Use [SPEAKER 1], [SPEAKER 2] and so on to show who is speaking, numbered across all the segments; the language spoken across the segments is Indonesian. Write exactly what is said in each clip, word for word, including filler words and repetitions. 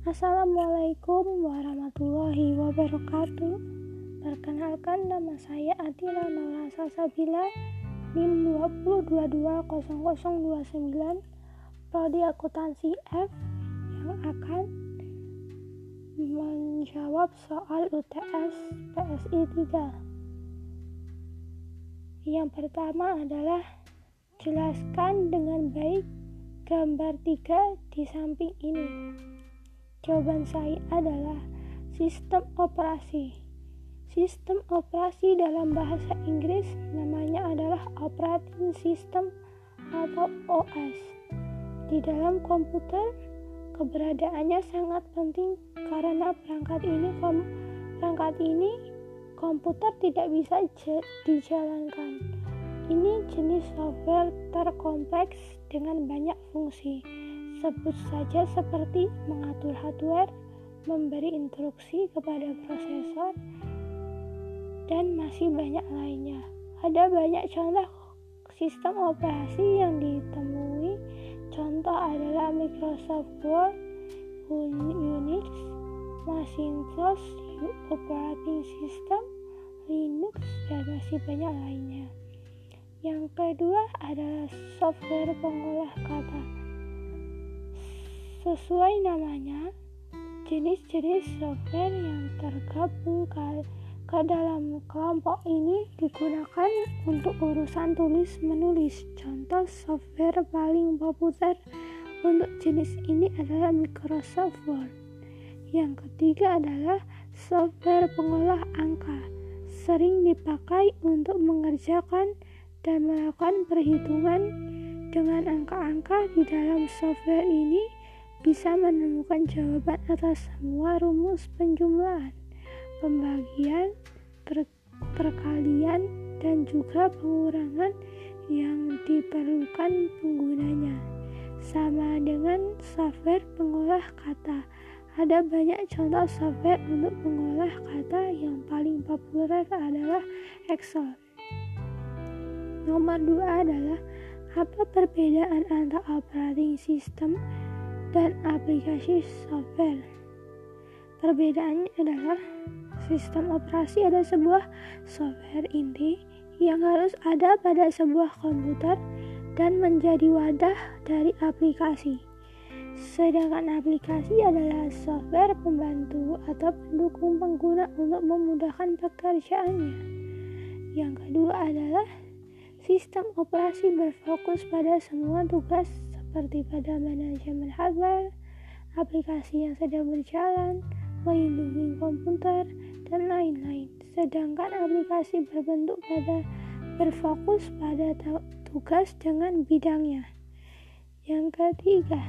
[SPEAKER 1] Assalamualaikum warahmatullahi wabarakatuh. Perkenalkan, nama saya Atila Naura Salsabila, NIM dua nol dua dua nol nol dua sembilan, Prodi Akuntansi F, yang akan menjawab soal U T S P S I tiga. Yang pertama adalah jelaskan dengan baik gambar tiga di samping ini. Jawaban saya adalah sistem operasi. Sistem operasi dalam bahasa Inggris namanya adalah operating system atau O S. Di dalam komputer, keberadaannya sangat penting karena perangkat ini kom, perangkat ini komputer tidak bisa j- dijalankan. Ini jenis software terkompleks dengan banyak fungsi. Sebut saja seperti mengatur hardware, memberi instruksi kepada prosesor, dan masih banyak lainnya. Ada banyak contoh sistem operasi yang ditemui. Contoh adalah Microsoft Word, Unix, Macintosh Operating System, Linux, dan masih banyak lainnya. Yang kedua adalah software pengolah kata. Sesuai namanya, jenis-jenis software yang tergabung ke, ke dalam kelompok ini digunakan untuk urusan tulis-menulis. Contoh software paling populer untuk jenis ini adalah Microsoft Word. Yang ketiga adalah software pengolah angka. Sering dipakai untuk mengerjakan dan melakukan perhitungan dengan angka-angka. Di dalam software ini bisa menemukan jawaban atas semua rumus penjumlahan, pembagian, per- perkalian, dan juga pengurangan yang diperlukan penggunanya. Sama dengan software pengolah kata, ada banyak contoh software untuk mengolah kata. Yang paling populer adalah Excel. Nomor dua adalah apa perbedaan antara operating system dan aplikasi software. Perbedaannya adalah sistem operasi adalah sebuah software inti yang harus ada pada sebuah komputer dan menjadi wadah dari aplikasi. Sedangkan aplikasi adalah software pembantu atau pendukung pengguna untuk memudahkan pekerjaannya. Yang kedua adalah sistem operasi berfokus pada semua tugas seperti pada manajemen hardware, aplikasi yang sedang berjalan, melindungi komputer, dan lain-lain. Sedangkan aplikasi berbentuk pada berfokus pada tugas dengan bidangnya. Yang ketiga,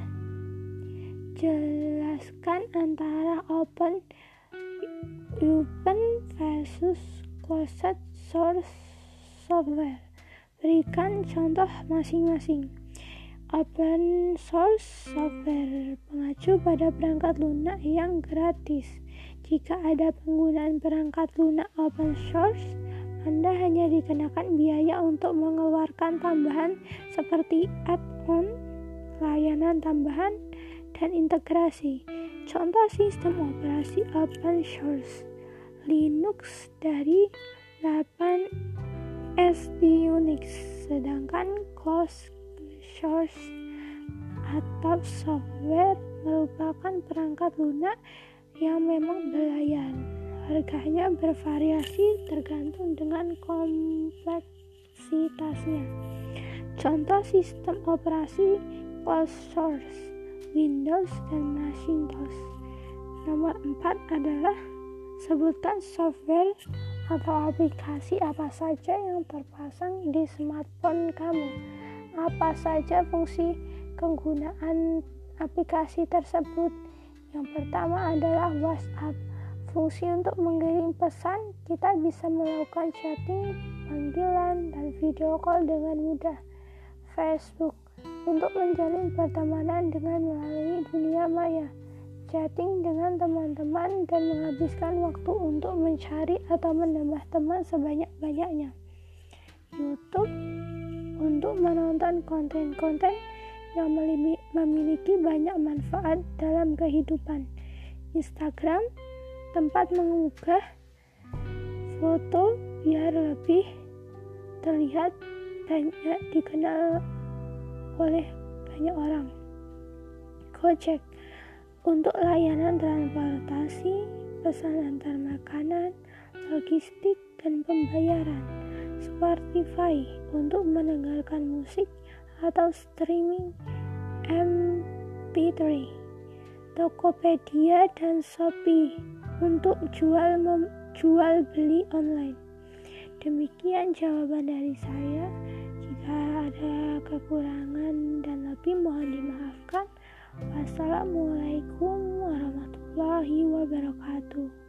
[SPEAKER 1] jelaskan antara open open versus closed source software. Berikan contoh masing-masing. Open source software mengacu pada perangkat lunak yang gratis. Jika ada penggunaan perangkat lunak open source, Anda hanya dikenakan biaya untuk mengeluarkan tambahan seperti add-on, layanan tambahan, dan integrasi. Contoh sistem operasi open source Linux dari delapan S di Unix, sedangkan closed source atau software merupakan perangkat lunak yang memang berbayar. Harganya bervariasi tergantung dengan kompleksitasnya. Contoh sistem operasi closed source Windows dan Macintosh. Nomor empat adalah sebutkan software atau aplikasi apa saja yang terpasang di smartphone kamu. Apa saja fungsi kegunaan aplikasi tersebut? Yang pertama adalah WhatsApp. Fungsi untuk mengirim pesan, kita bisa melakukan chatting, panggilan, dan video call dengan mudah. Facebook, untuk menjalin pertemanan dengan melalui dunia maya. Chatting dengan teman-teman dan menghabiskan waktu untuk mencari atau menambah teman sebanyak-banyaknya. YouTube, untuk menonton konten-konten yang memiliki banyak manfaat dalam kehidupan. Instagram, tempat mengunggah foto biar lebih terlihat banyak dikenal oleh banyak orang. Gojek untuk layanan transportasi, pesan antar makanan, logistik, dan pembayaran. Spotify untuk mendengarkan musik atau streaming M P tiga. Tokopedia dan Shopee untuk jual mem- jual beli online. Demikian jawaban dari saya. Jika ada kekurangan dan lebih mohon dimaafkan. Wassalamualaikum warahmatullahi wabarakatuh.